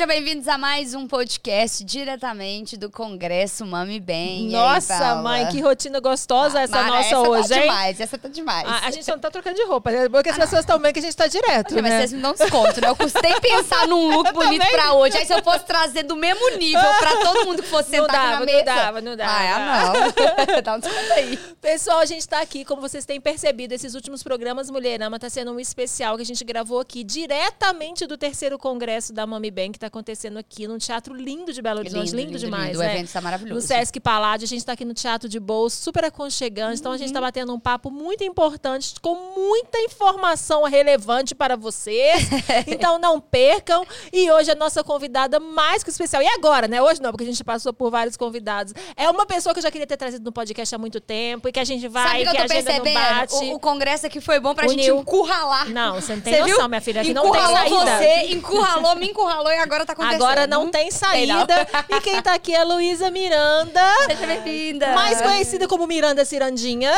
Sejam bem-vindos a mais um podcast diretamente do Congresso Mami Bem. Nossa, mãe, que rotina gostosa essa nossa essa hoje, tá hein? Demais, essa tá demais. A gente só não tá trocando de roupa, né? Porque as pessoas estão vendo que a gente tá direto, Mas né? vocês me dão desconto, né? Eu custei pensar num look bonito pra hoje. Aí se eu fosse trazer do mesmo nível pra todo mundo que fosse sentar na mesa... Não dava. Ah, não. Dá um desconto aí. Pessoal, a gente tá aqui, como vocês têm percebido, esses últimos programas Mulherama tá sendo um especial que a gente gravou aqui diretamente do terceiro congresso da Mami Bem, que tá acontecendo aqui num teatro lindo de Belo Horizonte. Lindo demais, O né? evento está maravilhoso. No Sesc Paládio, a gente tá aqui no Teatro de Bolso, super aconchegante. Então a gente tá batendo um papo muito importante, com muita informação relevante para vocês. Então não percam. E hoje a nossa convidada mais que especial. E agora, né? Hoje não, porque a gente passou por vários convidados. É uma pessoa que eu já queria ter trazido no podcast há muito tempo e que a gente vai, Sabe que a agenda não bate. O congresso aqui foi bom pra gente Uniu. encurralar. Não, você não tem Você noção, viu? minha filha. Aqui não tem saída. Você encurralou, me encurralou e agora tá acontecendo. Agora não tem saída. E quem tá aqui é Luísa Miranda. Seja bem-vinda. Mais conhecida como Miranda Cirandinha.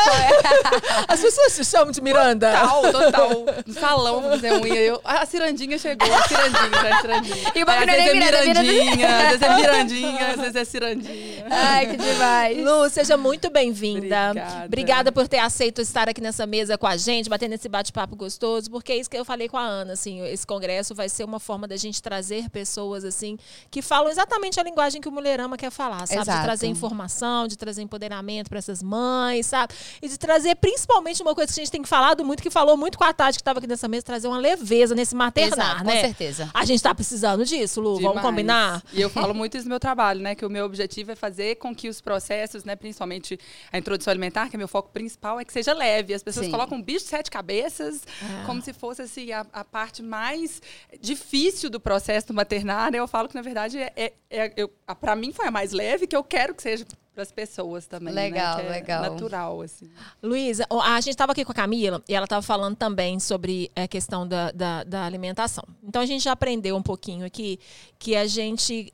As pessoas se chamam de Miranda. Total. No salão, vamos dizer, a Cirandinha chegou, a Cirandinha. E o bagulho Às não é vezes nem é Miranda, Mirandinha, às vezes é Mirandinha, às vezes é Cirandinha. Ai, que demais. Lu, seja muito bem-vinda. Obrigada. Obrigada por ter aceito estar aqui nessa mesa com a gente, batendo esse bate-papo gostoso, porque é isso que eu falei com a Ana, assim, esse congresso vai ser uma forma da gente trazer pessoas, assim, que falam exatamente a linguagem que o Mulherama quer falar, sabe? Exato. De trazer informação, de trazer empoderamento para essas mães, sabe? E de trazer, principalmente, uma coisa que a gente tem falado muito, que falou muito com a Tati, que estava aqui nessa mesa, trazer uma leveza nesse maternar, Exato, né? com certeza. A gente tá precisando disso, Lu, vamos Demais. combinar? E eu falo muito isso no meu trabalho, né? Que o meu objetivo é fazer com que os processos, né? Principalmente a introdução alimentar, que é meu foco principal, é que seja leve. As pessoas Sim. colocam um bicho de 7 cabeças, como se fosse assim, a parte mais difícil do processo do maternar. Eu falo que, na verdade, para mim foi a mais leve, que eu quero que seja para as pessoas também. Legal, né? Que legal. É natural, assim. Luísa, a gente estava aqui com a Camila e ela estava falando também sobre a questão da alimentação. Então, a gente já aprendeu um pouquinho aqui que a gente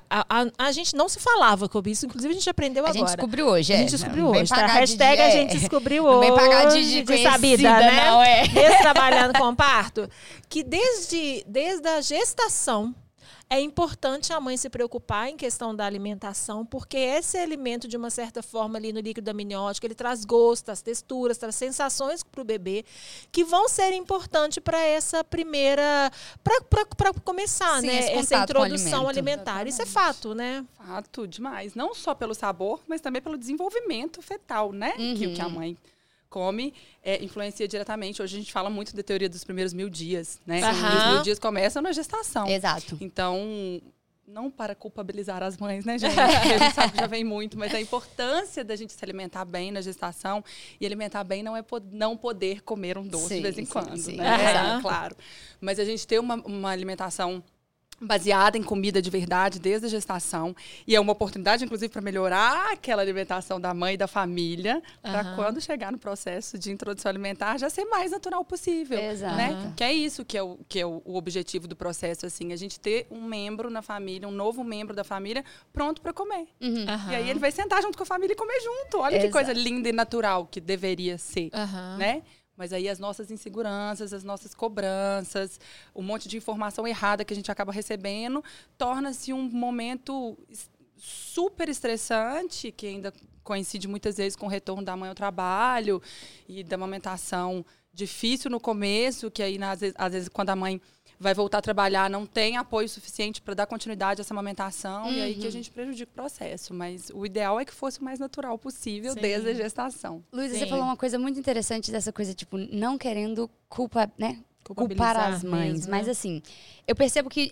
não se falava sobre isso, inclusive a gente aprendeu agora. A gente descobriu hoje, A gente descobriu Não vem hoje, tá? pagar de- Hashtag a gente descobriu Não hoje. vem pagar de sabida, conhecida, né? não, é. Mesmo trabalhando com parto, que desde a gestação, é importante a mãe se preocupar em questão da alimentação, porque esse alimento, de uma certa forma, ali no líquido amniótico, ele traz gosto, as texturas, traz sensações para o bebê, que vão ser importantes para essa primeira... para começar, Sim, né? esse Essa contato com o introdução alimento. alimentar. Isso é fato, né? Fato demais. Não só pelo sabor, mas também pelo desenvolvimento fetal, né? Que o que a mãe come influencia diretamente. Hoje a gente fala muito da teoria dos primeiros 1000 dias, né? Aham. E os 1000 dias começam na gestação. Exato. Então, não para culpabilizar as mães, né, gente? Porque a gente sabe que já vem muito, mas a importância da gente se alimentar bem na gestação, e alimentar bem não é não poder comer um doce Sim, de vez em sim, quando, sim. né? Aham. Claro. Mas a gente ter uma alimentação baseada em comida de verdade desde a gestação, e é uma oportunidade, inclusive, para melhorar aquela alimentação da mãe e da família, para quando chegar no processo de introdução alimentar já ser mais natural possível. Exato. Né? Que é isso que é o objetivo do processo, assim, a gente ter um membro na família, um novo membro da família pronto para comer. Aham. E aí ele vai sentar junto com a família e comer junto. Olha que Exato. coisa linda e natural que deveria ser, Aham. né? Mas aí as nossas inseguranças, as nossas cobranças, um monte de informação errada que a gente acaba recebendo, torna-se um momento super estressante, que ainda coincide muitas vezes com o retorno da mãe ao trabalho e da amamentação difícil no começo, que aí às vezes quando a mãe vai voltar a trabalhar, não tem apoio suficiente para dar continuidade a essa amamentação, e aí que a gente prejudica o processo. Mas o ideal é que fosse o mais natural possível Sim. desde a gestação. Luísa, você Sim. falou uma coisa muito interessante dessa coisa, tipo, não querendo culpar Culpabilizar as mães. mesmo, Mas né? assim, eu percebo que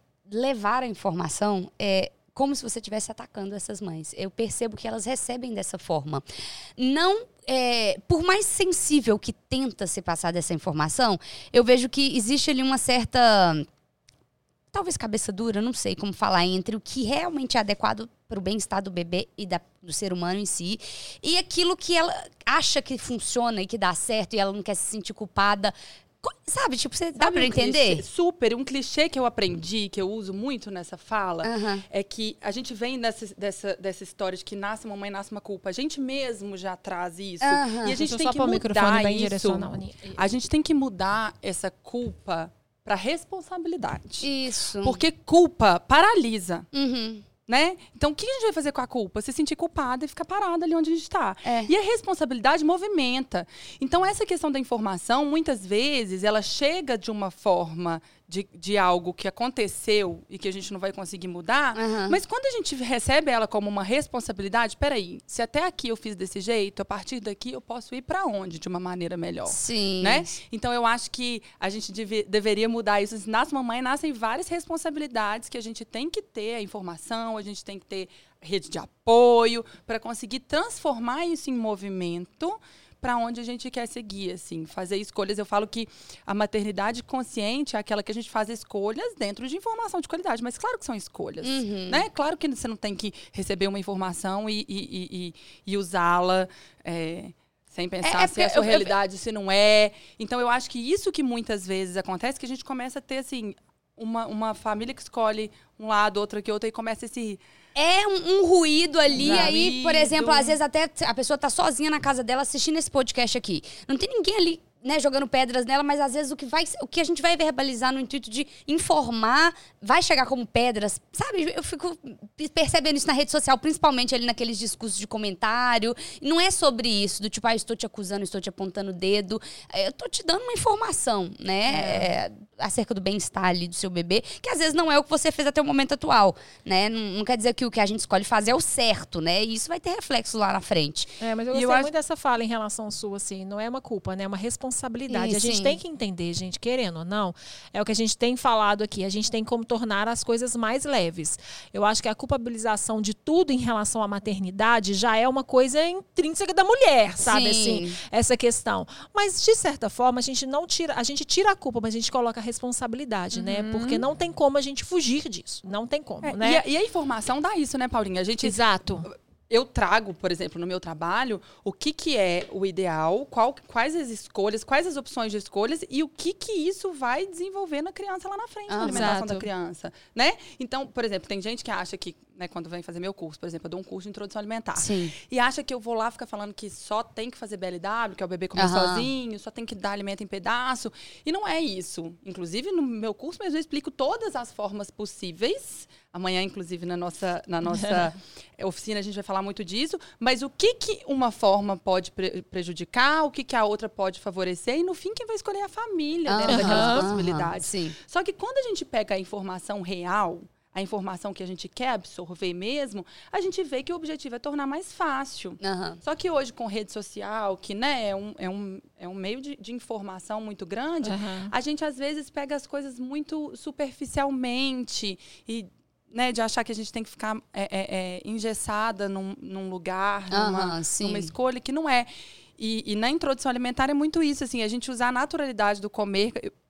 levar a informação é como se você estivesse atacando essas mães. Eu percebo que elas recebem dessa forma. Não, por mais sensível que tenta se passar dessa informação, eu vejo que existe ali uma certa, talvez cabeça dura, não sei como falar, entre o que realmente é adequado para o bem-estar do bebê e do ser humano em si, e aquilo que ela acha que funciona e que dá certo e ela não quer se sentir culpada. Sabe, tipo, você dá Sabe pra entender? Clichê, super. Um clichê que eu aprendi, que eu uso muito nessa fala, é que a gente vem dessa história de que nasce uma mãe, nasce uma culpa. A gente mesmo já traz isso. E a gente Deixa eu tem só que pôr o microfone mudar bem isso. direcional. A gente tem que mudar essa culpa para responsabilidade. Isso. Porque culpa paralisa. Uhum. Né? Então, o que a gente vai fazer com a culpa? Se sentir culpada e ficar parada ali onde a gente está. É. E a responsabilidade movimenta. Então, essa questão da informação, muitas vezes, ela chega de uma forma de algo que aconteceu e que a gente não vai conseguir mudar, mas quando a gente recebe ela como uma responsabilidade, peraí, se até aqui eu fiz desse jeito, a partir daqui eu posso ir para onde de uma maneira melhor? Sim. Né? Então, eu acho que a gente deveria mudar isso. Nas mamães nascem várias responsabilidades que a gente tem que ter, a informação, a gente tem que ter rede de apoio para conseguir transformar isso em movimento para onde a gente quer seguir, assim, fazer escolhas. Eu falo que a maternidade consciente é aquela que a gente faz escolhas dentro de informação de qualidade, mas claro que são escolhas, né? Claro que você não tem que receber uma informação e usá-la sem pensar se é a sua realidade, se não é. Então, eu acho que isso que muitas vezes acontece, que a gente começa a ter, assim, uma família que escolhe um lado, outro aqui, outro, e começa esse... É um ruído ali, aí, por exemplo, às vezes até a pessoa tá sozinha na casa dela assistindo esse podcast aqui. Não tem ninguém ali, né, jogando pedras nela, mas às vezes o que a gente vai verbalizar no intuito de informar vai chegar como pedras, sabe? Eu fico percebendo isso na rede social, principalmente ali naqueles discursos de comentário. Não é sobre isso, do tipo, estou te acusando, estou te apontando o dedo. Eu tô te dando uma informação, né, acerca do bem-estar ali do seu bebê, que às vezes não é o que você fez até o momento atual, né? Não quer dizer que o que a gente escolhe fazer é o certo, né? E isso vai ter reflexo lá na frente. Mas eu gostei muito dessa fala em relação à sua, assim, não é uma culpa, né? É uma responsabilidade. A gente tem que entender, gente, querendo ou não, é o que a gente tem falado aqui, a gente tem como tornar as coisas mais leves. Eu acho que a culpabilização de tudo em relação à maternidade já é uma coisa intrínseca da mulher, sabe? Assim, essa questão. Mas, de certa forma, a gente tira a culpa, mas a gente coloca a responsabilidade, né? Porque não tem como a gente fugir disso. Não tem como, né? E a informação dá isso, né, Paulinha? Exato. Eu trago, por exemplo, no meu trabalho, o que é o ideal, quais as escolhas, quais as opções de escolhas e o que isso vai desenvolver na criança lá na frente, na alimentação da criança, né? Então, por exemplo, tem gente que acha que, né, quando vem fazer meu curso, por exemplo, eu dou um curso de introdução alimentar. Sim. E acha que eu vou lá ficar falando que só tem que fazer BLW, que é o bebê comer sozinho, só tem que dar alimento em pedaço. E não é isso. Inclusive, no meu curso mesmo, eu explico todas as formas possíveis. Amanhã, inclusive, na nossa oficina, a gente vai falar muito disso. Mas o que uma forma pode prejudicar, o que a outra pode favorecer. E, no fim, quem vai escolher é a família dentro daquelas possibilidades. Sim. Só que quando a gente pega a informação real, a informação que a gente quer absorver mesmo, a gente vê que o objetivo é tornar mais fácil. Só que hoje, com rede social, que, né, é um meio de informação muito grande, a gente, às vezes, pega as coisas muito superficialmente e, né, de achar que a gente tem que ficar engessada num lugar, numa escolha, que não é. E na introdução alimentar é muito isso, assim, a gente usar a naturalidade do comer.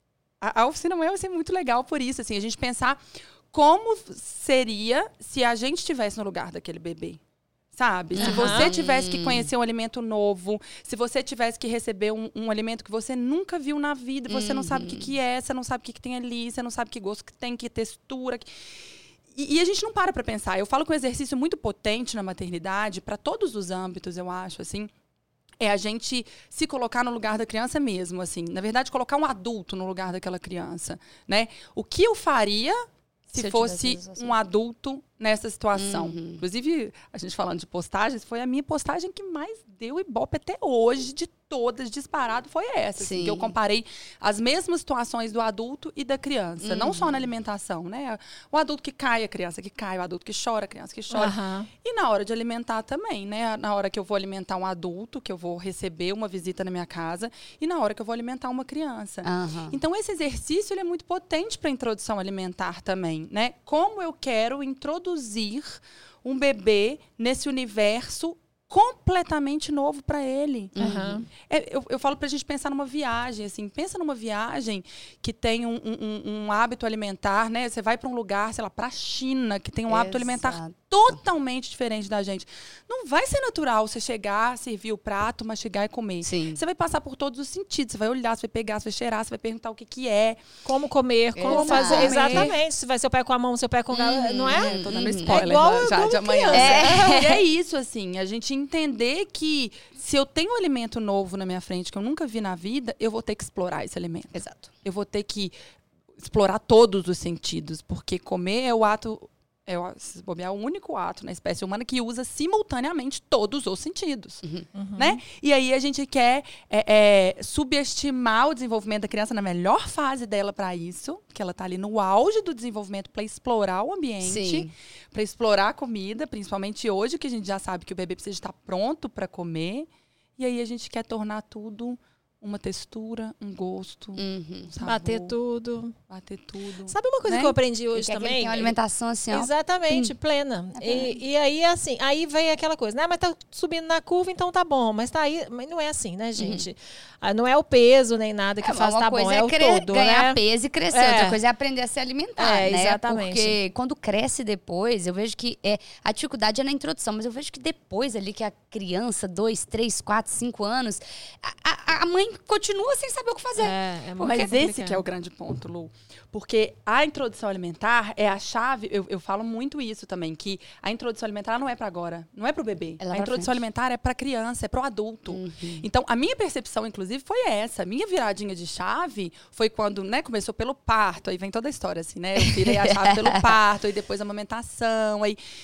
A oficina amanhã vai ser muito legal por isso, assim, a gente pensar como seria se a gente estivesse no lugar daquele bebê, sabe? Se você tivesse que conhecer um alimento novo, se você tivesse que receber um alimento que você nunca viu na vida, você não sabe o que é, você não sabe o que tem ali, você não sabe que gosto que tem, que textura. E a gente não para pensar. Eu falo que um exercício muito potente na maternidade, para todos os âmbitos, eu acho, assim, é a gente se colocar no lugar da criança mesmo, assim. Na verdade, colocar um adulto no lugar daquela criança, né? O que eu faria se fosse um adulto nessa situação? Inclusive, a gente falando de postagens, foi a minha postagem que mais deu ibope até hoje, de todas, disparado, foi essa. Assim, que eu comparei as mesmas situações do adulto e da criança. Não só na alimentação, né? O adulto que cai, a criança que cai, o adulto que chora, a criança que chora. E na hora de alimentar também, né? Na hora que eu vou alimentar um adulto, que eu vou receber uma visita na minha casa, e na hora que eu vou alimentar uma criança. Então, esse exercício ele é muito potente para a introdução alimentar também, né? Como eu quero introduzir um bebê nesse universo completamente novo para ele. Eu falo pra gente pensar numa viagem, assim, pensa numa viagem que tem um hábito alimentar, né? Você vai para um lugar, sei lá, pra China, que tem um hábito alimentar totalmente diferente da gente. Não vai ser natural você chegar, servir o prato, mastigar e comer. Você vai passar por todos os sentidos. Você vai olhar, você vai pegar, você vai cheirar, você vai perguntar o que é. Como comer, como fazer. Exatamente. Se vai seu pé com a mão, seu pé com o galo, não é? Tô dando spoiler já de amanhã. E é isso, assim, a gente entender que se eu tenho um alimento novo na minha frente que eu nunca vi na vida, eu vou ter que explorar esse alimento. Exato. Eu vou ter que explorar todos os sentidos, porque comer é o ato, se bobear, o único ato na espécie humana que usa simultaneamente todos os sentidos, né? E aí a gente quer subestimar o desenvolvimento da criança na melhor fase dela para isso, que ela tá ali no auge do desenvolvimento para explorar o ambiente, para explorar a comida, principalmente hoje que a gente já sabe que o bebê precisa estar pronto para comer, e aí a gente quer tornar tudo uma textura, um gosto, um sabor. Bater tudo. Sabe uma coisa que eu aprendi hoje também? Tem uma alimentação assim, ó. Exatamente, plena. E aí, assim, aí vem aquela coisa, né? Mas tá subindo na curva, então tá bom. Mas tá aí, mas não é assim, né, gente? Não é o peso nem nada que faz tá bom, é o todo, ganhar né? peso e crescer. Outra coisa é aprender a se alimentar, né? Exatamente. Porque quando cresce depois, eu vejo que a dificuldade é na introdução, mas eu vejo que depois ali que a criança, 2, 3, 4, 5 anos, a mãe continua sem saber o que fazer. Mas esse que é o grande ponto, Lu. Porque a introdução alimentar é a chave, eu falo muito isso também, que a introdução alimentar não é para agora, não é para o bebê. A introdução alimentar é para criança, é para o adulto. Então, a minha percepção, inclusive, foi essa. A minha viradinha de chave foi quando, né, começou pelo parto, aí vem toda a história, assim, né? Eu virei a chave pelo parto, aí depois a amamentação,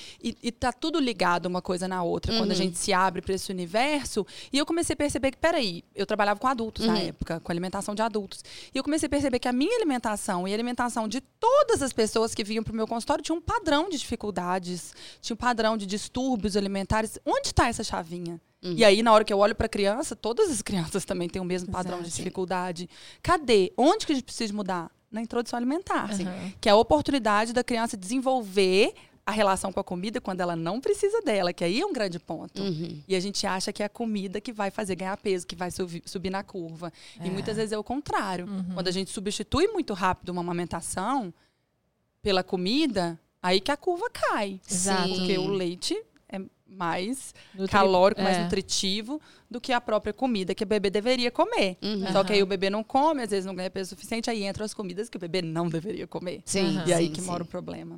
e tá tudo ligado uma coisa na outra, quando a gente se abre para esse universo. E eu comecei a perceber que, peraí, eu trabalhava com adultos na época, com alimentação de adultos. E eu comecei a perceber que a minha alimentação e a alimentação de todas as pessoas que vinham para o meu consultório tinha um padrão de dificuldades, tinha um padrão de distúrbios alimentares. Onde está essa chavinha? E aí, na hora que eu olho para a criança, todas as crianças também têm o mesmo padrão de dificuldade. Cadê? Onde que a gente precisa mudar? Na introdução alimentar. Que é a oportunidade da criança desenvolver a relação com a comida quando ela não precisa dela, que aí é um grande ponto. E a gente acha que é a comida que vai fazer ganhar peso, que vai subir na curva. E muitas vezes é o contrário. Quando a gente substitui muito rápido uma amamentação pela comida, aí que a curva cai. Exato. Porque o leite é mais calórico, mais nutritivo do que a própria comida que o bebê deveria comer. Só que aí o bebê não come, às vezes não ganha peso suficiente, aí entram as comidas que o bebê não deveria comer. E aí que mora o problema.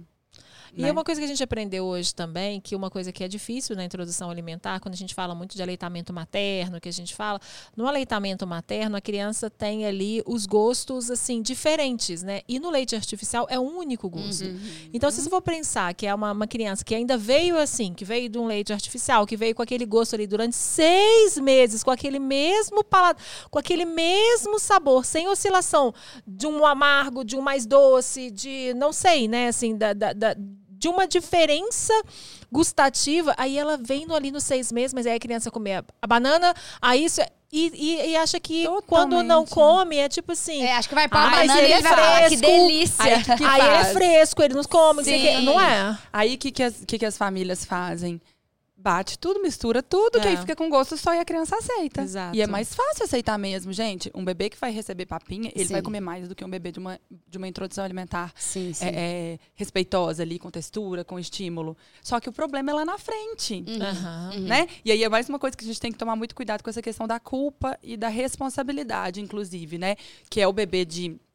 E uma coisa que a gente aprendeu hoje também, que uma coisa que é difícil na introdução alimentar, quando a gente fala muito de aleitamento materno, que a gente fala, no aleitamento materno a criança tem ali os gostos assim diferentes, né? E no leite artificial é um único gosto. Então, se você for pensar que é uma criança que ainda veio assim, que veio de um leite artificial, que veio com aquele gosto ali durante 6 meses, com aquele mesmo paladar, com aquele mesmo sabor, sem oscilação de um amargo, de um mais doce, de não sei, né? Assim, de uma diferença gustativa, aí ela vem ali nos 6 meses, mas aí a criança come a banana, aí isso... E acha que quando não come, é tipo assim... acho que vai para a banana e ele vai falar, que delícia. Aí ele é fresco, ele não come, não é? Aí o que as famílias fazem? Bate tudo, mistura tudo, que aí fica com gosto só e a criança aceita. Exato. E é mais fácil aceitar mesmo, gente. Um bebê que vai receber papinha, ele vai comer mais do que um bebê de uma introdução alimentar respeitosa ali, com textura, com estímulo. Só que o problema é lá na frente. Né? E aí é mais uma coisa que a gente tem que tomar muito cuidado com essa questão da culpa e da responsabilidade, inclusive, né? Que é o bebê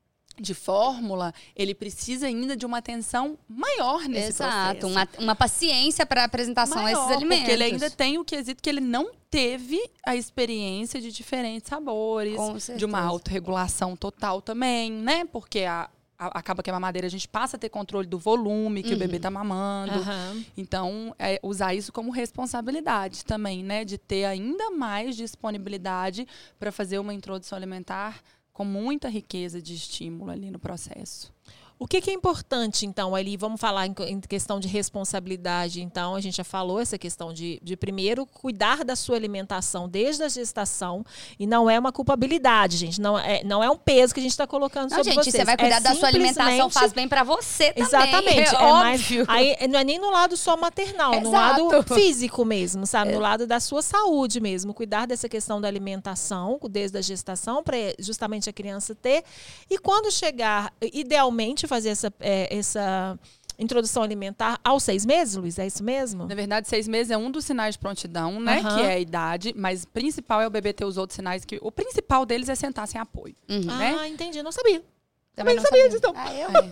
de fórmula, ele precisa ainda de uma atenção maior nesse processo. Uma paciência para a apresentação a esses alimentos. Porque ele ainda tem o quesito que ele não teve a experiência de diferentes sabores, de uma autorregulação total também, né? Porque acaba que a mamadeira a gente passa a ter controle do volume que o bebê está mamando. Então, usar isso como responsabilidade também, né? De ter ainda mais disponibilidade para fazer uma introdução alimentar com muita riqueza de estímulo ali no processo. O que é importante, então, ali, vamos falar em questão de responsabilidade, então, a gente já falou essa questão de primeiro, cuidar da sua alimentação desde a gestação, e não é uma culpabilidade, gente, não é um peso que a gente está colocando sobre vocês. Você vai cuidar da sua alimentação, faz bem para você também. Exatamente. Óbvio. Aí, não é nem no lado só maternal, no lado físico mesmo, sabe? No lado da sua saúde mesmo, cuidar dessa questão da alimentação, desde a gestação, para justamente a criança ter, e quando chegar, idealmente, fazer essa introdução alimentar aos 6 meses, Luiz? É isso mesmo? Na verdade, 6 meses é um dos sinais de prontidão, né? Que é a idade, mas o principal é o bebê ter os outros sinais, que o principal deles é sentar sem apoio. Né? Entendi, não sabia. Também não sabia disso.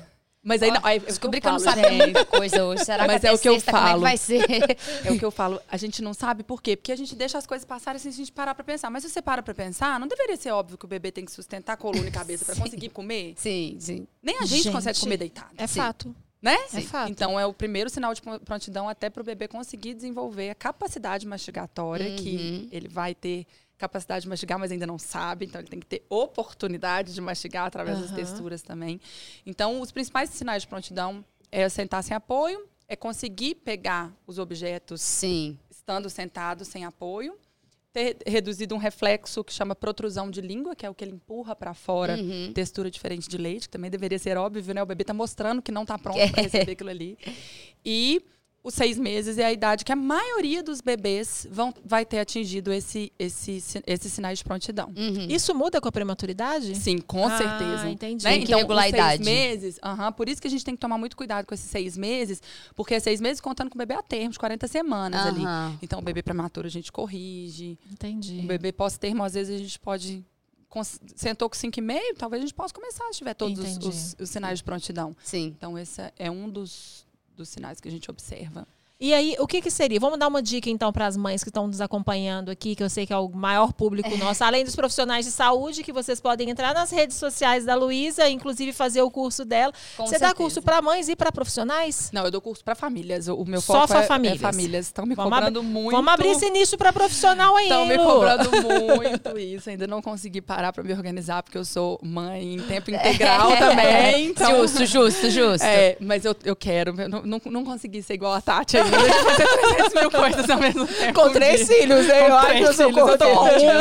Mas aí, aí descobri que eu não sabia muita coisa hoje. Será que até sexta, como é que vai ser? É o que eu falo. A gente não sabe por quê. Porque a gente deixa as coisas passarem sem a gente parar pra pensar. Mas se você para pra pensar, não deveria ser óbvio que o bebê tem que sustentar a coluna e cabeça pra conseguir comer? Sim, sim. Nem a gente consegue comer deitado. É fato. Né? É fato. Então, é o primeiro sinal de prontidão até para o bebê conseguir desenvolver a capacidade mastigatória, que ele vai ter capacidade de mastigar, mas ainda não sabe. Então, ele tem que ter oportunidade de mastigar através das texturas também. Então, os principais sinais de prontidão é sentar sem apoio, é conseguir pegar os objetos estando sentado sem apoio, ter reduzido um reflexo que chama protrusão de língua, que é o que ele empurra para fora, textura diferente de leite, que também deveria ser óbvio, né? O bebê está mostrando que não está pronto para receber aquilo ali. E os 6 meses é a idade que a maioria dos bebês vai ter atingido esses sinais de prontidão. Isso muda com a prematuridade? Sim, com certeza. Entendi. Né? Tem que então, regular a idade. 6 meses, por isso que a gente tem que tomar muito cuidado com esses 6 meses, porque é 6 meses contando com o bebê a termo, de 40 semanas ali. Então, o bebê prematuro a gente corrige. Entendi. O bebê pós-termo, às vezes, a gente pode... Sentou com 5,5, talvez a gente possa começar se tiver todos os sinais de prontidão. Sim. Então, esse é um dos sinais que a gente observa. E aí, o que seria? Vamos dar uma dica, então, para as mães que estão nos acompanhando aqui, que eu sei que é o maior público nosso, além dos profissionais de saúde, que vocês podem entrar nas redes sociais da Luísa, inclusive fazer o curso dela. Você dá curso para mães e para profissionais? Não, eu dou curso para famílias. O meu Só foco famílias. É famílias. Estão me cobrando muito. Vamos abrir esse nicho para profissional aí, Estão me Lu? cobrando muito isso. Ainda não consegui parar para me organizar, porque eu sou mãe em tempo integral também. Então... Justo. Mas eu quero. Eu não consegui ser igual a Tati ainda. De fazer 300 mil coisas ao mesmo tempo. Com 3 filhos, hein? Eu acho que eu sou eu tô com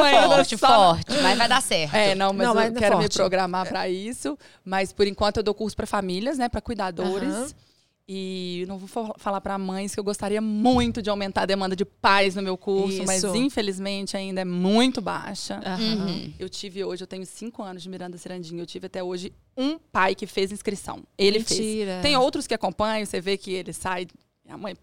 forte, mas vai dar certo. Mas eu quero me programar para isso. Mas, por enquanto, eu dou curso para famílias, né? Para cuidadores. E não vou falar para mães que eu gostaria muito de aumentar a demanda de pais no meu curso, mas infelizmente ainda é muito baixa. Eu tenho 5 anos de Miranda Cirandinho, eu tive até hoje um pai que fez inscrição. Ele fez. Tem outros que acompanham, você vê que ele sai, a mãe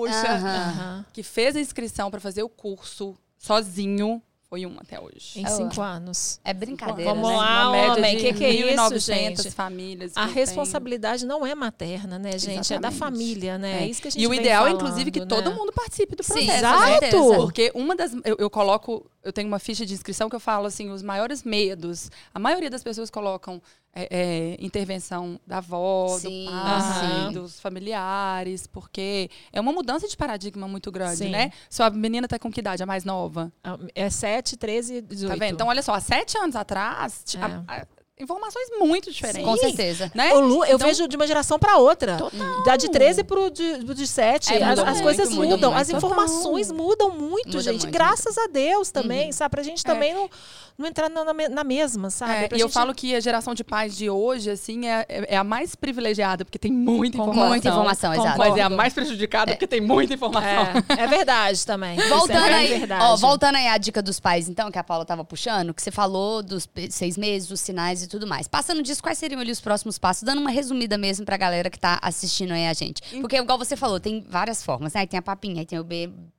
puxa, que fez a inscrição para fazer o curso sozinho. Foi um até hoje. Em 5 anos. É brincadeira, Vamos né? lá, homem. Que é isso, 1.900 gente? famílias. A responsabilidade não é materna, né, gente? Exatamente. É da família, né? É isso que a gente E o vem ideal, falando, inclusive, que todo mundo participe do processo. Exato! Porque uma das... Eu tenho uma ficha de inscrição que eu falo, assim, os maiores medos. A maioria das pessoas colocam intervenção da avó, do pai, dos familiares, porque é uma mudança de paradigma muito grande, né? Sua menina tá com que idade? A mais nova? É 7, 13, 18. Tá vendo? Então, olha só, há 7 anos atrás... informações muito diferentes. Com certeza. Né? Eu vejo de uma geração para outra. Total. Da de 13 pro de 7. As coisas mudam. As informações mudam muito, gente. Graças a Deus também, sabe? Pra gente também não entrar na mesma, sabe? E eu falo que a geração de pais de hoje, assim, é a mais privilegiada, porque tem muita informação. Muita informação, exato. Mas é a mais prejudicada, porque tem muita informação. É verdade também. Voltando aí à dica dos pais, então, que a Paula tava puxando, que você falou dos 6 meses, dos sinais e tudo mais. Passando disso, quais seriam ali os próximos passos? Dando uma resumida mesmo pra galera que tá assistindo aí a gente. Porque, igual você falou, tem várias formas, né? Aí tem a papinha, aí tem o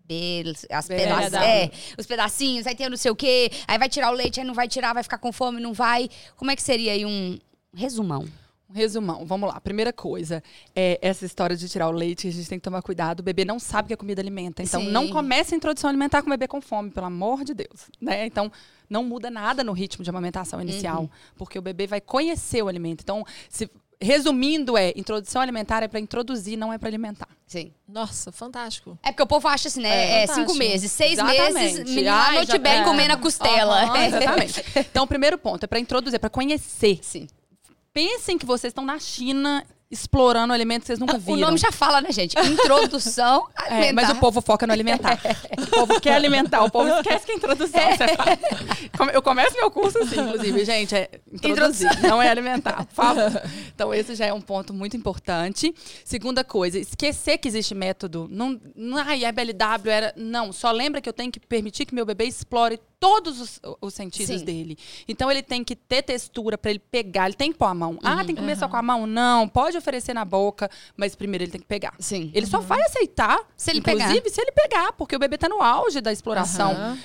os pedacinhos, aí tem o não sei o quê, aí vai tirar o leite, aí não vai tirar, vai ficar com fome, não vai. Como é que seria aí um resumão? Resumão, vamos lá. Primeira coisa, essa história de tirar o leite, a gente tem que tomar cuidado. O bebê não sabe que a comida alimenta. Então, não comece a introdução alimentar com o bebê com fome, pelo amor de Deus. Né? Então, não muda nada no ritmo de amamentação inicial, porque o bebê vai conhecer o alimento. Então, resumindo, introdução alimentar é para introduzir, não é para alimentar. Sim. Nossa, fantástico. É porque o povo acha assim, né? 5 meses, 6 meses, menino lá no Tibete comendo a costela. Exatamente. Então, o primeiro ponto é para introduzir, é para conhecer. Sim. Pensem que vocês estão na China explorando alimentos que vocês nunca viram. O nome já fala, né, gente? Introdução alimentar. Mas o povo foca no alimentar. O povo quer alimentar, o povo esquece que é introdução. Eu começo meu curso assim, inclusive, gente, introduzir, não é alimentar, por favor. Então, esse já é um ponto muito importante. Segunda coisa, esquecer que existe método. A BLW era... Não, só lembra que eu tenho que permitir que meu bebê explore todos os sentidos Sim. dele. Então, ele tem que ter textura para ele pegar. Ele tem que pôr a mão. Ah, tem que comer só com a mão? Não. Pode oferecer na boca, mas primeiro ele tem que pegar. Sim. Ele só vai aceitar, Se ele inclusive, pegar. se ele pegar. Porque o bebê tá no auge da exploração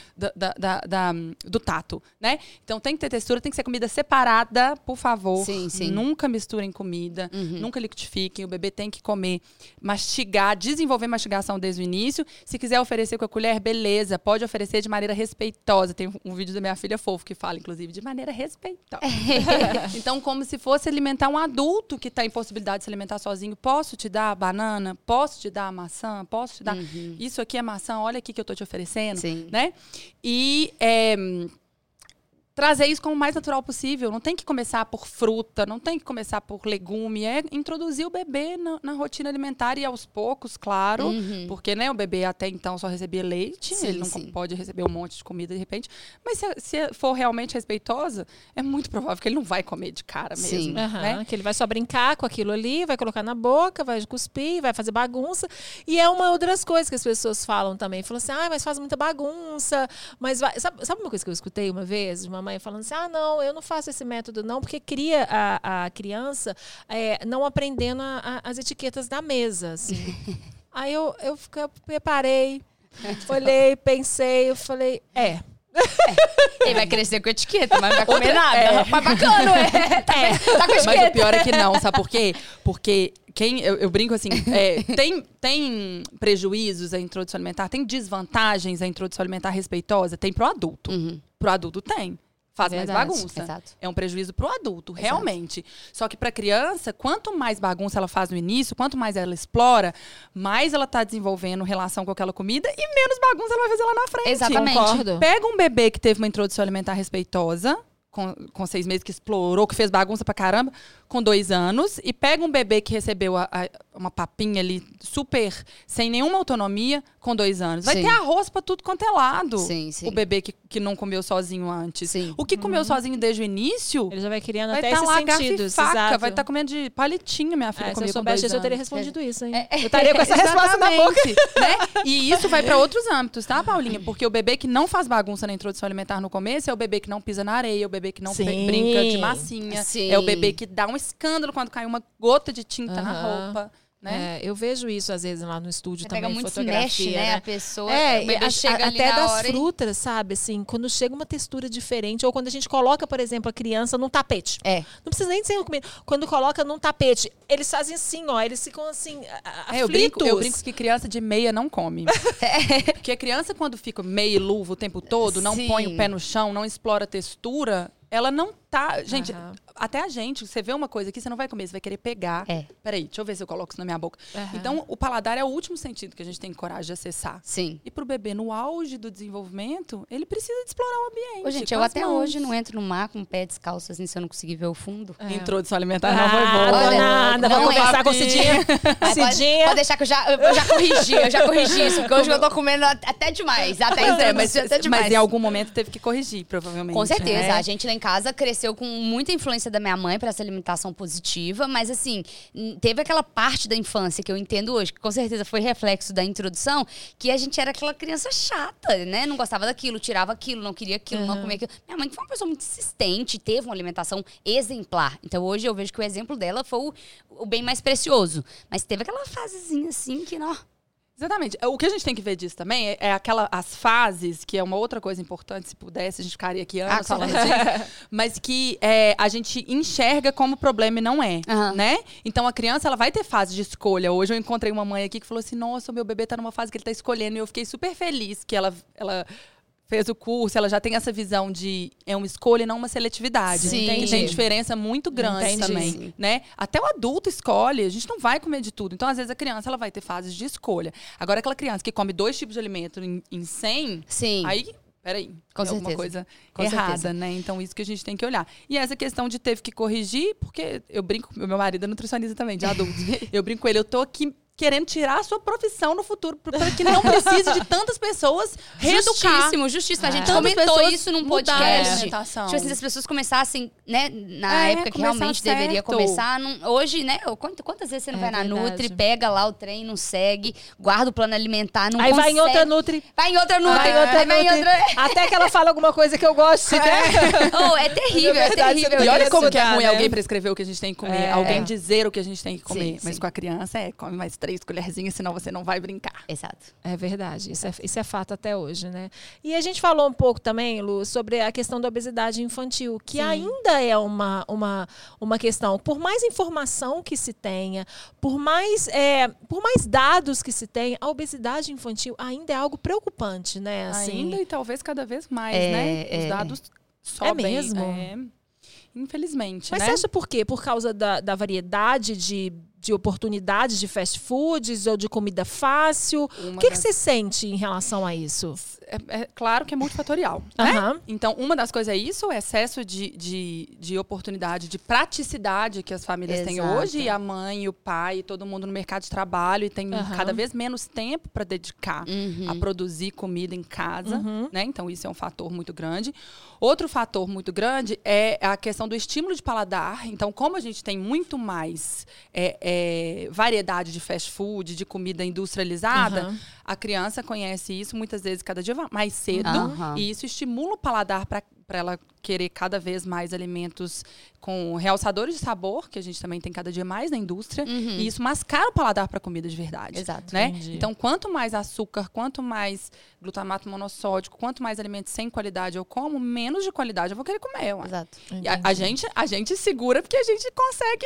do tato, né? Então, tem que ter textura, tem que ser comida separada, por favor. Sim, sim. Nunca misturem comida, nunca liquidifiquem. O bebê tem que comer, mastigar, desenvolver mastigação desde o início. Se quiser oferecer com a colher, beleza. Pode oferecer de maneira respeitosa. Tem um vídeo da minha filha fofo que fala, inclusive, de maneira respeitosa. Então, como se fosse alimentar um adulto que está em possibilidade de se alimentar sozinho. Posso te dar a banana? Posso te dar a maçã? Posso te dar... Isso aqui é maçã, olha aqui que eu tô te oferecendo. Sim. Né? E... trazer isso como o mais natural possível. Não tem que começar por fruta, não tem que começar por legume. É introduzir o bebê na rotina alimentar e aos poucos, claro. Porque, né, o bebê até então só recebia leite. Sim, ele não sim. pode receber um monte de comida de repente. Mas se for realmente respeitosa, é muito provável que ele não vai comer de cara Sim. mesmo. Né? Que ele vai só brincar com aquilo ali, vai colocar na boca, vai cuspir, vai fazer bagunça. E é uma outras coisas que as pessoas falam também. Falam assim, mas faz muita bagunça. Mas vai... Sabe uma coisa que eu escutei uma vez de uma mãe falando assim, não, eu não faço esse método não, porque cria a criança não aprendendo as etiquetas da mesa, assim. Aí eu preparei, olhei, pensei, eu falei, Ele vai crescer com etiqueta, mas não vai comer nada. Mas bacana, tá com etiqueta. Mas o pior é que não, sabe por quê? Porque eu brinco assim, tem prejuízos à introdução alimentar, tem desvantagens à introdução alimentar respeitosa? Tem pro adulto. Pro adulto tem. Faz mais Verdade. bagunça. Exato. É um prejuízo pro adulto, realmente. Só que pra criança, quanto mais bagunça ela faz no início, quanto mais ela explora, mais ela tá desenvolvendo relação com aquela comida e menos bagunça ela vai fazer lá na frente. Exatamente. Concordo. Pega um bebê que teve uma introdução alimentar respeitosa, com 6 meses, que explorou, que fez bagunça pra caramba, com 2 anos, e pega um bebê que recebeu uma papinha ali super, sem nenhuma autonomia, com 2 anos. Vai Sim. ter arroz pra tudo quanto é lado. Sim, sim. O bebê que não comeu sozinho antes. Sim. O que comeu sozinho desde o início, ele já vai criando vai até estar esses lá garfo e sentidos. faca, Exato. vai estar comendo de palitinho, minha filha Se eu comia com 2 soubesse disso, eu teria anos. respondido isso, hein? Eu estaria com essa resposta na boca. Exatamente, né? E isso vai para outros âmbitos, tá, Paulinha? Porque o bebê que não faz bagunça na introdução alimentar no começo é o bebê que não pisa na areia, é o bebê que não Sim. brinca de massinha, Sim. é o bebê que dá um escândalo quando cai uma gota de tinta na Aham. roupa, né? Eu vejo isso às vezes lá no estúdio Você também, pega muito fotografia, mexe, né? A pessoa, É, o bebê chega ali até na das hora e- frutas, sabe? Assim, quando chega uma textura diferente, ou quando a gente coloca, por exemplo, a criança num tapete. É. Não precisa nem ser comida. Quando coloca num tapete, eles fazem assim, ó. Eles ficam assim, Eu brinco aflitos. que criança de meia não come. Porque a criança, quando fica meia e luva o tempo todo, não Sim. põe o pé no chão, não explora a textura, ela não tá... Gente, Aham. até a gente, você vê uma coisa aqui, você não vai comer, você vai querer pegar. É. Peraí, deixa eu ver se eu coloco isso na minha boca. Aham. Então, o paladar é o último sentido que a gente tem coragem de acessar. Sim. E pro bebê, no auge do desenvolvimento, ele precisa de explorar o ambiente. Ô, gente, com eu as até mãos. hoje não entro no mar com o pé descalço assim, se eu não conseguir ver o fundo. Introdução alimentar não foi boa. Olha, Nada, não vamos é. conversar com o Cidinha. Pode, Cidinha. pode deixar que eu já corrigi isso, porque hoje eu tô comendo até demais. Até Pois é, então, até demais. mas em algum momento teve que corrigir, provavelmente. Com certeza. né? A gente lá em casa cresceu com muita influência da minha mãe para essa alimentação positiva, mas assim, teve aquela parte da infância que eu entendo hoje, que com certeza foi reflexo da introdução, que a gente era aquela criança chata, né? Não gostava daquilo, tirava aquilo, não queria aquilo, não comia aquilo. Minha mãe foi uma pessoa muito insistente, teve uma alimentação exemplar. Então hoje eu vejo que o exemplo dela foi o bem mais precioso. Mas teve aquela fasezinha assim que, não. Exatamente. O que a gente tem que ver disso também é as fases, que é uma outra coisa importante, se pudesse, a gente ficaria aqui anos falando disso, mas que a gente enxerga como problema e não é, Aham. né? Então, a criança, ela vai ter fase de escolha. Hoje eu encontrei uma mãe aqui que falou assim, nossa, o meu bebê tá numa fase que ele tá escolhendo, e eu fiquei super feliz que ela fez o curso, ela já tem essa visão de é uma escolha e não uma seletividade. Sim. Que tem diferença muito grande Entendi. também, Sim. né? Até o adulto escolhe, a gente não vai comer de tudo. Então, às vezes, a criança ela vai ter fases de escolha. Agora, aquela criança que come 2 tipos de alimento em 100, Sim. aí, peraí, Com tem alguma certeza. coisa Com errada, certeza. né? Então, isso que a gente tem que olhar. E essa questão de teve que corrigir, porque eu brinco, meu marido é nutricionista também, de adultos. Eu brinco com ele, eu tô aqui querendo tirar a sua profissão no futuro, para que não precise de tantas pessoas reeducar. Justíssimo. A gente Tantas comentou pessoas isso num mudarem a podcast. alimentação. Tipo assim, se as pessoas começassem, né, na época que começar realmente certo. deveria começar. Hoje, né, quantas vezes você não vai na verdade. Nutri, pega lá o trem, não segue, guarda o plano alimentar, não Aí consegue. vai em outra Nutri. Vai em outra Nutri. Vai em outra aí vai em Nutri. outra... Até que ela fala alguma coisa que eu gosto, né? Oh, é terrível, é verdade, terrível. E olha como que é Estudar, ruim né? alguém prescrever o que a gente tem que comer. É. Alguém dizer o que a gente tem que comer. Sim, Mas sim. com a criança, come mais 3 colherzinhas, senão você não vai brincar. Exato. É verdade, isso é fato até hoje, né? E a gente falou um pouco também, Lu, sobre a questão da obesidade infantil, que ainda é uma questão. Por mais informação que se tenha, por mais dados que se tenha, a obesidade infantil ainda é algo preocupante, né? Assim, Ainda e talvez cada vez mais, É, né? Os dados sobem. mesmo? Infelizmente, Mas né? você acha por quê? Por causa da variedade de oportunidades de fast foods ou de comida fácil? O que você sente em relação a isso? É claro que é multifatorial, né? Aham. Então, uma das coisas é isso, o excesso de oportunidade, de praticidade que as famílias têm Exato. hoje. E a mãe, o pai, todo mundo no mercado de trabalho. E tem Aham. cada vez menos tempo para dedicar a produzir comida em casa, Uhum. né? Então, isso é um fator muito grande. Outro fator muito grande é a questão do estímulo de paladar. Então, como a gente tem muito mais variedade de fast food, de comida industrializada, Aham. a criança conhece isso muitas vezes cada dia mais cedo. Aham. E isso estimula o paladar para ela querer cada vez mais alimentos com realçadores de sabor, que a gente também tem cada dia mais na indústria. E isso mascara o paladar para comida de verdade. Exato. Né? Entendi. Então, quanto mais açúcar, quanto mais glutamato monossódico, quanto mais alimentos sem qualidade eu como, menos de qualidade eu vou querer comer. Ué. Exato. E a gente segura porque a gente consegue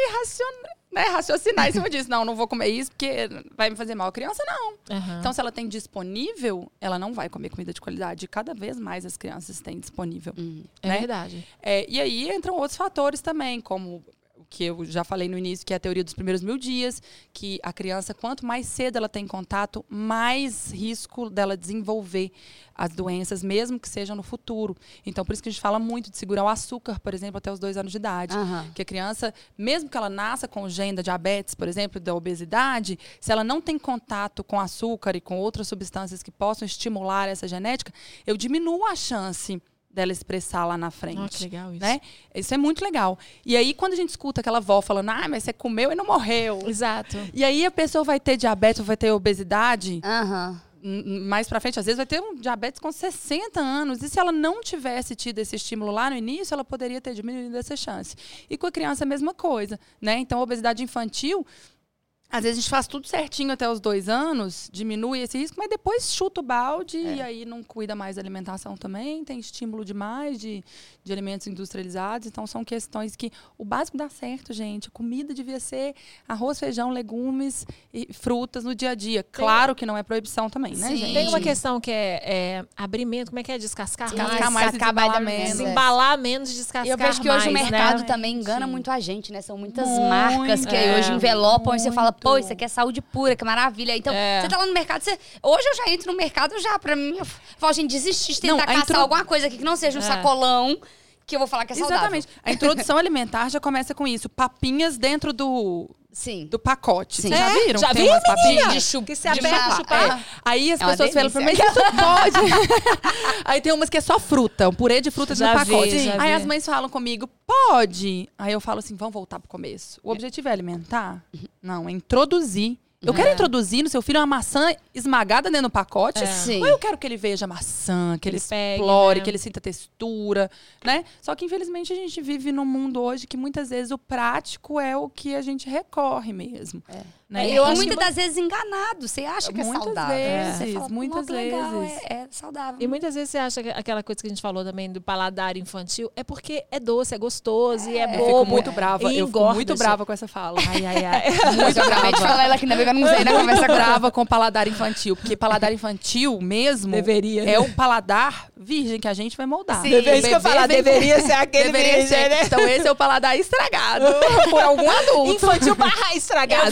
raciocinar em cima disso. Não vou comer isso porque vai me fazer mal. A criança, não. Aham. Então, se ela tem disponível, ela não vai comer comida de qualidade. E cada vez mais as crianças têm disponível. É né? verdade. E aí entram outros fatores também, como o que eu já falei no início, que é a teoria dos primeiros 1000 dias, que a criança, quanto mais cedo ela tem contato, mais risco dela desenvolver as doenças, mesmo que sejam no futuro. Então, por isso que a gente fala muito de segurar o açúcar, por exemplo, até os 2 anos de idade. Aham. Que a criança, mesmo que ela nasça com o gene da diabetes, por exemplo, da obesidade, se ela não tem contato com açúcar e com outras substâncias que possam estimular essa genética, eu diminuo a chance dela expressar lá na frente. Oh, que legal isso. Né? Isso é muito legal. E aí, quando a gente escuta aquela avó falando, mas você comeu e não morreu. Exato. E aí a pessoa vai ter diabetes ou vai ter obesidade, Aham. mais pra frente, às vezes vai ter um diabetes com 60 anos. E se ela não tivesse tido esse estímulo lá no início, ela poderia ter diminuído essa chance. E com a criança a mesma coisa, né? Então, a obesidade infantil, às vezes a gente faz tudo certinho até os 2 anos, diminui esse risco, mas depois chuta o balde e aí não cuida mais da alimentação também, tem estímulo demais de alimentos industrializados. Então, são questões que o básico dá certo, gente. A comida devia ser arroz, feijão, legumes e frutas no dia a dia. Claro que não é proibição também, né, Sim. gente? Tem uma questão que é abrimento, como é que é? Descascar? Descascar mais e descascar desembalar menos. menos. Desembalar menos, descascar E eu vejo que mais, hoje o mercado né? também engana muito a gente, né? São muitas Muito. marcas que hoje envelopam e você fala, pô, Muito. isso aqui é saúde pura, que maravilha. Então, você tá lá no mercado, hoje eu já entro no mercado, pra mim, eu falo, gente, desistir de tentar Não, caçar alguma coisa aqui que não seja um sacolão, que eu vou falar que é saudável. Exatamente. A introdução alimentar já começa com isso. Papinhas dentro do Sim. pacote. Sim. Vocês já viram? Já Tem vi, umas papinhas? De chupa. Que se aperta e chupar. Aí as É uma pessoas falam pra mim, mas delícia. isso pode. Aí tem umas que é só fruta, um purê de fruta Já no pacote. vi, já Aí vi. as mães falam comigo, pode. Aí eu falo assim, vamos voltar pro começo. O objetivo é alimentar? Não, é introduzir. Eu quero introduzir no seu filho uma maçã esmagada dentro do pacote. Sim. Ou eu quero que ele veja maçã, que ele pegue, explore, né? que ele sinta textura, né? Só que, infelizmente, a gente vive num mundo hoje que muitas vezes o prático é o que a gente recorre mesmo. Né? E Eu acho muitas que das vezes enganado. Você acha que é Muitas saudável. vezes, Você fala, muitas "Pô, que legal, vezes." É saudável. E muitas vezes você acha que aquela coisa que a gente falou também do paladar infantil é porque é doce, é gostoso e é Eu bobo. fico muito brava. e Eu fico engorda, muito gente. brava com essa fala. Ai, ai, ai. Muito acabei de falar ela aqui na Bebê Musei, na conversa Muito com ela. brava com paladar infantil. Porque paladar infantil mesmo Deveria, é né? o paladar virgem que a gente vai moldar. Sim. É isso que eu Bebê falar, vem- deveria ser aquele Deveria virgem, ser. né? Então esse é o paladar estragado por algum adulto. Infantil barra estragado. Eu vou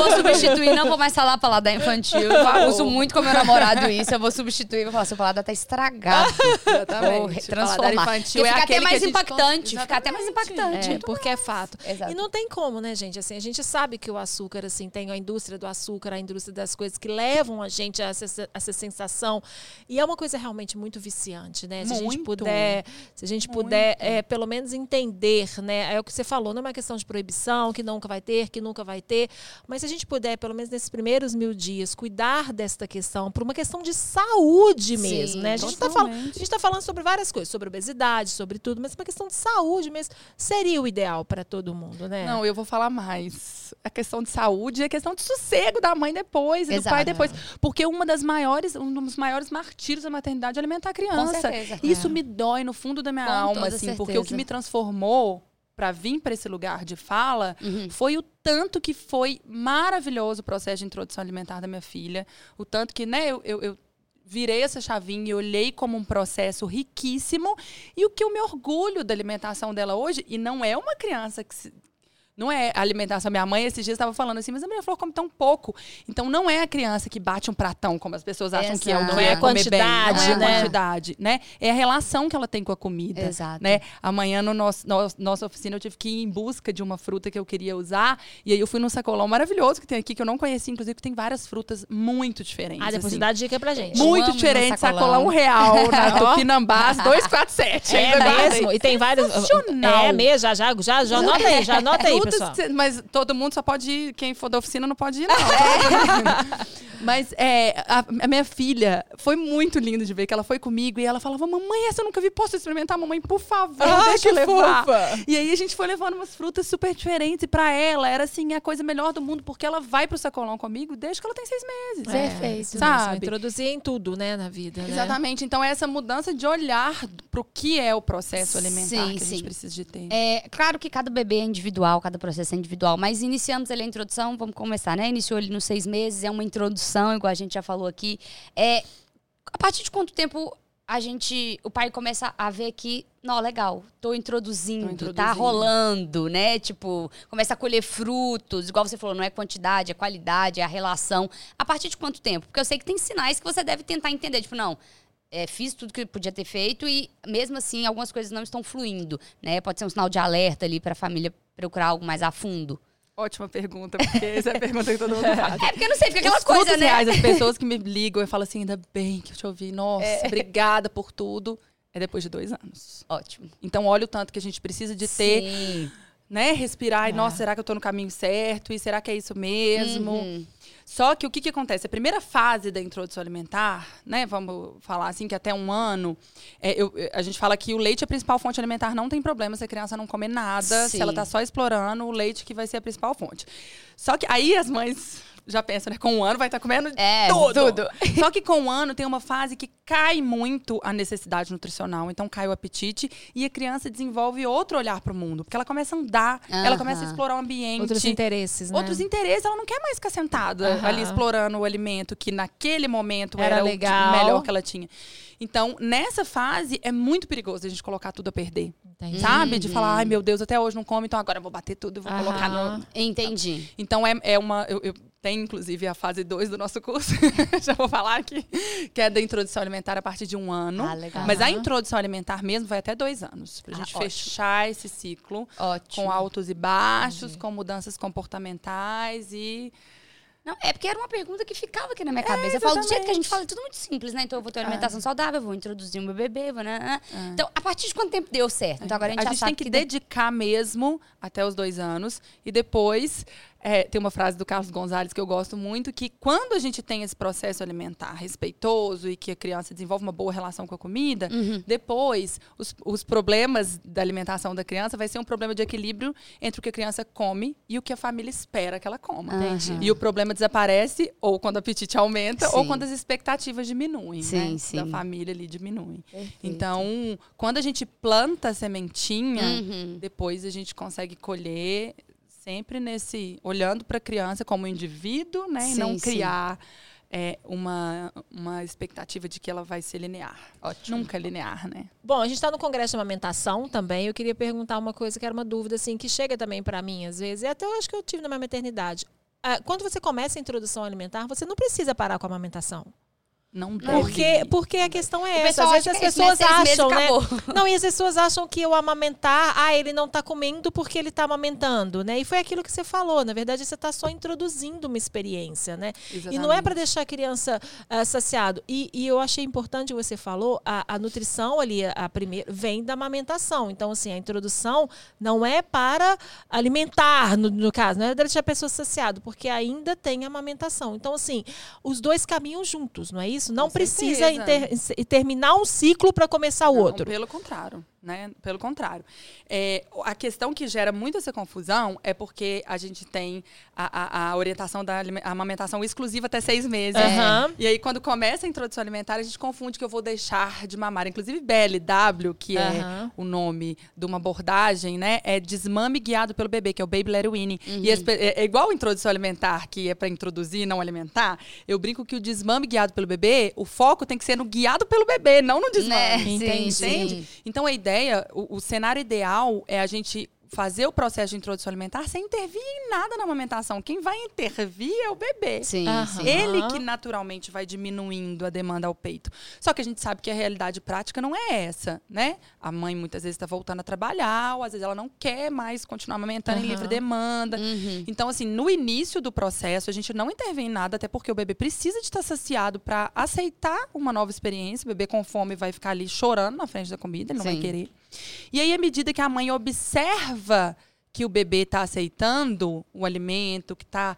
vou substituir, não vou mais falar paladar infantil. Eu uso muito com meu namorado isso. Eu vou substituir, vou falar, seu paladar tá estragado. Exatamente. Vou transformar. Infantil Fica até mais que impactante. Fica até mais impactante. Porque é fato. Exato. E não tem como, né, gente? Assim, a gente sabe que o açúcar, assim, tem a indústria do açúcar, a indústria das coisas que levam a gente a essa sensação. E é uma coisa realmente muito viciante, né? Se a gente puder, pelo menos entender, né? É o que você falou, não é uma questão de proibição, que nunca vai ter. Mas se a gente puder, pelo menos nesses primeiros 1000 dias, cuidar desta questão, por uma questão de saúde mesmo, né? A gente tá falando sobre várias coisas, sobre obesidade, sobre tudo, mas uma questão de saúde mesmo seria o ideal para todo mundo, né? Não, eu vou falar mais. A questão de saúde e a questão de sossego da mãe depois e do pai depois. Porque um dos maiores martírios da maternidade é alimentar a criança. Com certeza. Isso me dói no fundo da minha alma, assim, certeza. porque o que me transformou para vir para esse lugar de fala foi o tanto que foi maravilhoso o processo de introdução alimentar da minha filha. O tanto que, né, eu virei essa chavinha e olhei como um processo riquíssimo. E o que eu me orgulho da alimentação dela hoje, e não é uma criança que não é a alimentação. Minha mãe esses dias estava falando assim, mas a minha flor come tão pouco. Então não é a criança que bate um pratão, como as pessoas acham que é o que não é a quantidade, bem. Não é a quantidade, né? É a relação que ela tem com a comida. Exato. Né? Amanhã, no nossa oficina, eu tive que ir em busca de uma fruta que eu queria usar. E aí eu fui num sacolão maravilhoso que tem aqui, que eu não conhecia, inclusive, que tem várias frutas muito diferentes. Depois assim. você dá dica pra gente. Muito diferente, sacolão real, na Tupinambás, 247. É mesmo? E tem vários. Sensacional. É mesmo, já anota aí, pessoal. Mas todo mundo só pode ir, quem for da oficina não pode ir, não. Mas a minha filha, foi muito lindo de ver que ela foi comigo e ela falava, mamãe, essa eu nunca vi, posso experimentar? Mamãe, por favor, deixa eu levar. Fofa. E aí a gente foi levando umas frutas super diferentes e pra ela era assim, a coisa melhor do mundo, porque ela vai pro sacolão comigo desde que ela tem 6 meses. Perfeito. Sabe? Introduzir em tudo, né, na vida. Né? Exatamente. Então, essa mudança de olhar pro que é o processo alimentar que a gente precisa de ter. É claro que cada bebê é individual, cada processo é individual, mas iniciamos ali a introdução, vamos começar, né? Iniciou ali nos 6 meses, é uma introdução, igual a gente já falou aqui. A partir de quanto tempo o pai começa a ver que, não, legal, tô introduzindo, tá rolando, né? Tipo, começa a colher frutos, igual você falou, não é quantidade, é qualidade, é a relação. A partir de quanto tempo? Porque eu sei que tem sinais que você deve tentar entender, tipo, não, fiz tudo que podia ter feito e, mesmo assim, algumas coisas não estão fluindo, né? Pode ser um sinal de alerta ali para a família procurar algo mais a fundo. Ótima pergunta, porque essa é a pergunta que todo mundo faz. Porque eu não sei, fica aquela coisa, né? Reais, as pessoas que me ligam e falam assim, ainda bem que eu te ouvi, nossa, obrigada por tudo. É depois de 2 anos. Ótimo. Então, olha o tanto que a gente precisa de ter, né? Respirar e, nossa, será que eu tô no caminho certo? E será que é isso mesmo? Só que o que acontece? A primeira fase da introdução alimentar, né? Vamos falar assim, que até 1 ano, a gente fala que o leite é a principal fonte alimentar, não tem problema se a criança não comer nada, se ela tá só explorando o leite que vai ser a principal fonte. Só que aí as mães já pensam, né? Com 1 ano vai estar comendo tudo. Só que com 1 ano tem uma fase que cai muito a necessidade nutricional. Então cai o apetite e a criança desenvolve outro olhar para o mundo. Porque ela começa a andar, ela começa a explorar o ambiente. Outros interesses, né? Outros interesses. Ela não quer mais ficar sentada ali explorando o alimento que naquele momento era o legal. melhor que ela tinha. Então, nessa fase, é muito perigoso a gente colocar tudo a perder. Entendi. Sabe? De falar, ai meu Deus, até hoje não come, então agora eu vou bater tudo e vou colocar no... Entendi. Então, eu tenho, inclusive, a fase 2 do nosso curso, já vou falar aqui, que é da introdução alimentar a partir de 1 ano. Legal. Mas a introdução alimentar mesmo vai até 2 anos. Pra gente fechar esse ciclo com altos e baixos, com mudanças comportamentais e... Não, é porque era uma pergunta que ficava aqui na minha cabeça. Eu falo, do jeito que a gente fala, é tudo muito simples, né? Então eu vou ter uma alimentação saudável, vou introduzir o meu bebê, Então, a partir de quanto tempo deu certo? Então agora a gente já sabe tem que dedicar mesmo até os 2 anos. E depois, tem uma frase do Carlos Gonzalez que eu gosto muito, que quando a gente tem esse processo alimentar respeitoso e que a criança desenvolve uma boa relação com a comida, depois, os problemas da alimentação da criança vai ser um problema de equilíbrio entre o que a criança come e o que a família espera que ela coma. E o problema desaparece ou quando o apetite aumenta ou quando as expectativas diminuem, né? Da família ali diminuem. Perfeito. Então, quando a gente planta a sementinha, depois a gente consegue colher sempre olhando para a criança como indivíduo, né? E não criar uma expectativa de que ela vai ser linear. Ótimo. Nunca linear, né? Bom, a gente está no Congresso de Amamentação também. Eu queria perguntar uma coisa que era uma dúvida, assim, que chega também para mim, às vezes. E até eu acho que eu tive na minha maternidade. quando você começa a introdução alimentar, você não precisa parar com a amamentação. Não deve. Porque a questão é O essa. Às vezes as pessoas acham, né? acabou. Não, e as pessoas acham que o amamentar, ele não tá comendo porque ele tá amamentando, né? E foi aquilo que você falou. Na verdade, você tá só introduzindo uma experiência, né? Exatamente. E não é para deixar a criança saciado. E eu achei importante o que você falou, a nutrição ali, a primeira, vem da amamentação. Então, assim, a introdução não é para alimentar, no caso, não é deixar a pessoa saciada, porque ainda tem amamentação. Então, assim, os dois caminham juntos, não é isso? Não Com precisa certeza. terminar um ciclo para começar o outro. Pelo contrário, né? Pelo contrário. A questão que gera muito essa confusão é porque a gente tem a orientação da amamentação exclusiva até 6 meses. E aí, quando começa a introdução alimentar, a gente confunde que eu vou deixar de mamar. Inclusive, BLW, que é o nome de uma abordagem, né? É desmame guiado pelo bebê, que é o Baby Led Weaning. E é igual a introdução alimentar, que é para introduzir e não alimentar. Eu brinco que o desmame guiado pelo bebê, o foco tem que ser no guiado pelo bebê, não no desmame. Né? Entende? Então, a ideia, o cenário ideal é a gente fazer o processo de introdução alimentar sem intervir em nada na amamentação. Quem vai intervir é o bebê. Sim. Ele que naturalmente vai diminuindo a demanda ao peito. Só que a gente sabe que a realidade prática não é essa, né? A mãe muitas vezes está voltando a trabalhar, ou às vezes ela não quer mais continuar amamentando em livre demanda. Então, assim, no início do processo, a gente não intervém em nada, até porque o bebê precisa de estar saciado para aceitar uma nova experiência. O bebê com fome vai ficar ali chorando na frente da comida, ele não vai querer. E aí, à medida que a mãe observa que o bebê está aceitando o alimento, que está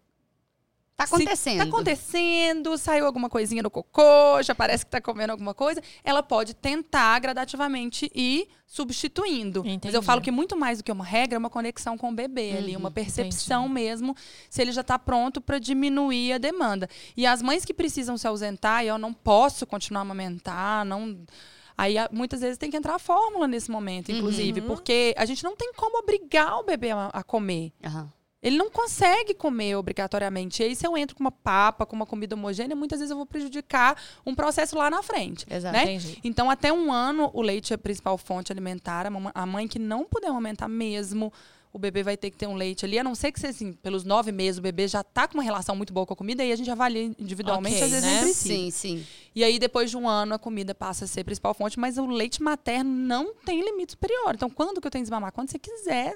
acontecendo. Está acontecendo, saiu alguma coisinha no cocô, já parece que está comendo alguma coisa, ela pode tentar gradativamente ir substituindo. Entendi. Mas eu falo que muito mais do que uma regra, é uma conexão com o bebê ali, uma percepção mesmo, se ele já está pronto para diminuir a demanda. E as mães que precisam se ausentar, e eu não posso continuar a amamentar, não... Aí, muitas vezes, tem que entrar a fórmula nesse momento, inclusive. Porque a gente não tem como obrigar o bebê a comer. Ele não consegue comer obrigatoriamente. E aí, se eu entro com uma papa, com uma comida homogênea, muitas vezes eu vou prejudicar um processo lá na frente. Exato. Né? Então, até 1 ano, o leite é a principal fonte alimentar. A mãe que não puder amamentar mesmo, o bebê vai ter que ter um leite ali. A não ser que, assim, pelos 9 meses, o bebê já está com uma relação muito boa com a comida, e aí a gente avalia individualmente, às vezes nem precisa. Sim. E aí, depois de 1 ano, a comida passa a ser a principal fonte, mas o leite materno não tem limite superior. Então, quando que eu tenho que desmamar? Quando você quiser.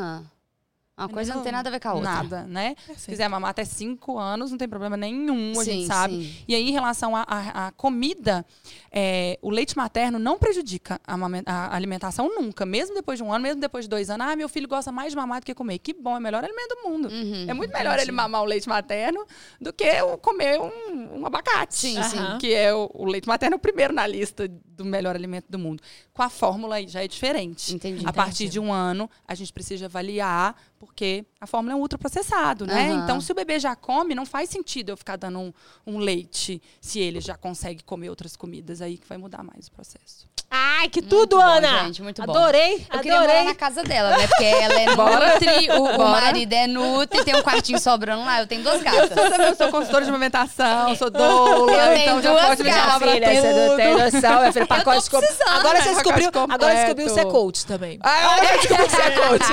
Uma coisa não tem nada a ver com a outra. Nada, né? Se quiser mamar até 5 anos, não tem problema nenhum, a gente sabe. Sim. E aí, em relação à comida, o leite materno não prejudica a alimentação nunca. Mesmo depois de 1 ano, mesmo depois de 2 anos. Meu filho gosta mais de mamar do que comer. Que bom, é o melhor alimento do mundo. É muito melhor ele mamar o leite materno do que comer um abacate. Sim. Que é o leite materno, o primeiro na lista do melhor alimento do mundo. Com a fórmula aí já é diferente. Entendi. A partir de 1 ano, a gente precisa avaliar, porque a fórmula é um ultraprocessado, né? Então, se o bebê já come, não faz sentido eu ficar dando um leite se ele já consegue comer outras comidas. Aí que vai mudar mais o processo. Ai, que tudo, Muito bom, Ana! gente, muito bom. Adorei. Eu queria morar na casa dela, né? Porque ela é nutri, o marido é nutri, tem um quartinho sobrando lá. Eu tenho 2 gatas. Eu sou consultora de amamentação, sou doula, Eu então tenho já 2 pode me chamar pra Filha, você não tem noção, minha filha. Pacote precisando, Agora você né? descobriu, Pacote agora descobriu completo. ser coach também. eu já descobri que você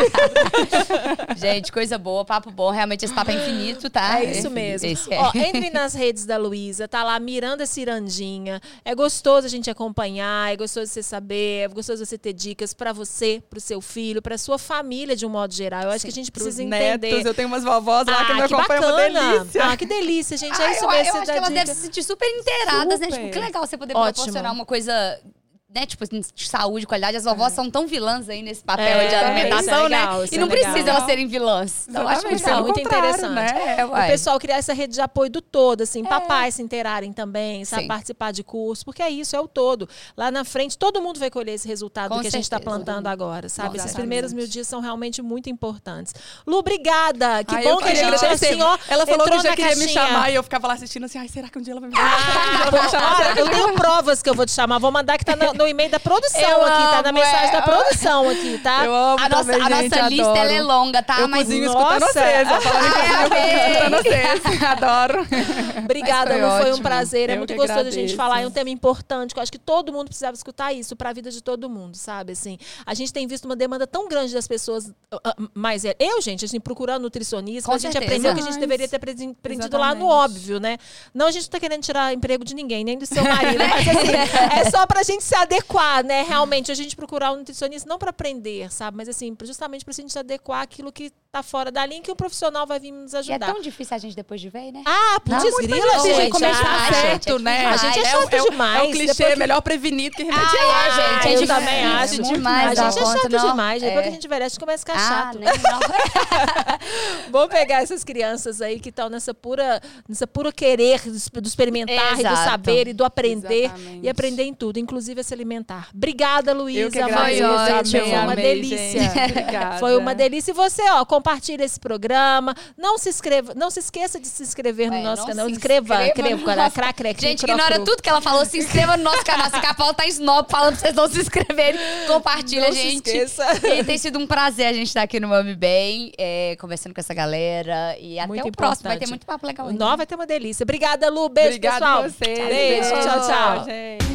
é coach. Gente, coisa boa, papo bom. Realmente esse papo é infinito, tá? É isso mesmo. Esse é. Ó, entre nas redes da Luísa, tá lá Miranda Cirandinha. É gostoso a gente acompanhar, é gostoso você saber, é gostoso você ter dicas pra você, pro seu filho, pra sua família de um modo geral. Eu acho que a gente precisa entender. Netos, eu tenho umas vovós lá que me que acompanham, uma bacana. delícia. Que delícia, gente. É isso eu mesmo. acho que elas devem se sentir super inteiradas, né? Tipo, que legal você poder Ótimo. proporcionar uma coisa, né? Tipo, de saúde, qualidade. As vovós são tão vilãs aí nesse papel de isso alimentação, é legal, né? isso E não é legal. precisa elas serem vilãs. Então, eu acho muito Exatamente, pelo legal. muito contrário, interessante. né? O pessoal criar essa rede de apoio do todo, assim, É. papais se inteirarem também, sabe? Sim. Participar de curso, porque é isso, é o todo. Lá na frente, todo mundo vai colher esse resultado Com do que a gente está certeza. plantando agora, sabe? Esses Exatamente. primeiros 1000 dias são realmente muito importantes. Lu, obrigada! Que Ai, bom eu que a queria gente, agradecer. assim, ó, Ela falou entrou que já na queria me caixinha. chamar e eu ficava lá assistindo assim, ai, será que um dia ela vai me chamar? Será que um dia ela vai me chamar? Olha, eu tenho provas que eu vou te chamar. Vou mandar que tá mandou um e-mail da produção Eu aqui, tá? amo, Na mensagem da produção aqui, tá? Eu amo A nossa, também, a nossa gente, lista adoro. ela é longa, tá? Eu Mas cozinho escutando nossa. vocês. Eu falando em cozinha, eu cozinho amei. escutando vocês. Adoro. Obrigada, Mas Lu. Foi um ótimo. prazer. É Eu muito que gostoso a gente agradeço. falar. É um tema importante, que eu acho que todo mundo precisava escutar isso pra vida de todo mundo, sabe? Assim, a gente tem visto uma demanda tão grande das pessoas. Mas eu, gente, assim, procurando nutricionista, Com a gente certeza. aprendeu que a gente deveria ter aprendido lá no óbvio, né? Não, a gente não tá querendo tirar emprego de ninguém, nem do seu marido. Mas assim, é só pra gente se adequar, né? Realmente, a gente procurar um nutricionista não pra aprender, sabe? Mas assim, justamente pra gente se adequar àquilo que tá fora da linha, que um profissional vai vir nos E é ajudar. tão difícil a gente depois de ver, né? Ah, putz, Não, grila, muito gente. difícil começar gente, certo, é né? A gente é chato demais. É o clichê, Depois que- melhor prevenido que remediar. gente, é eu difícil. também acho. Muito demais A da gente é conta, chato não. demais. Depois É. que a gente envelhece, a gente começa a ficar chato. Nem não. Vamos pegar essas crianças aí que estão nessa pura querer do experimentar e do Exato. saber e do aprender. Exatamente. E aprender em tudo, inclusive a se alimentar. Obrigada, Luísa. Eu que Maria. agradeço. Foi Amei, uma amei, delícia. gente. Obrigada. Foi uma delícia. E você, ó, compartilha esse programa. Não se esqueça de se inscrever no nosso não canal. se Inscreva. inscreva no nosso- Gente, ignora tudo que ela falou. Se inscreva no nosso canal. Se a Paula tá snob falando pra vocês não se inscreverem. Compartilha, Não se gente. esqueça. E tem sido um prazer a gente estar aqui no Mami Bem, conversando com essa galera. E até Muito o próximo. Vai ter importante. muito papo legal ainda. Não, vai ter uma delícia. Obrigada, Lu. Beijo, Obrigada pessoal. a vocês. Beijo. Tchau, tchau. gente.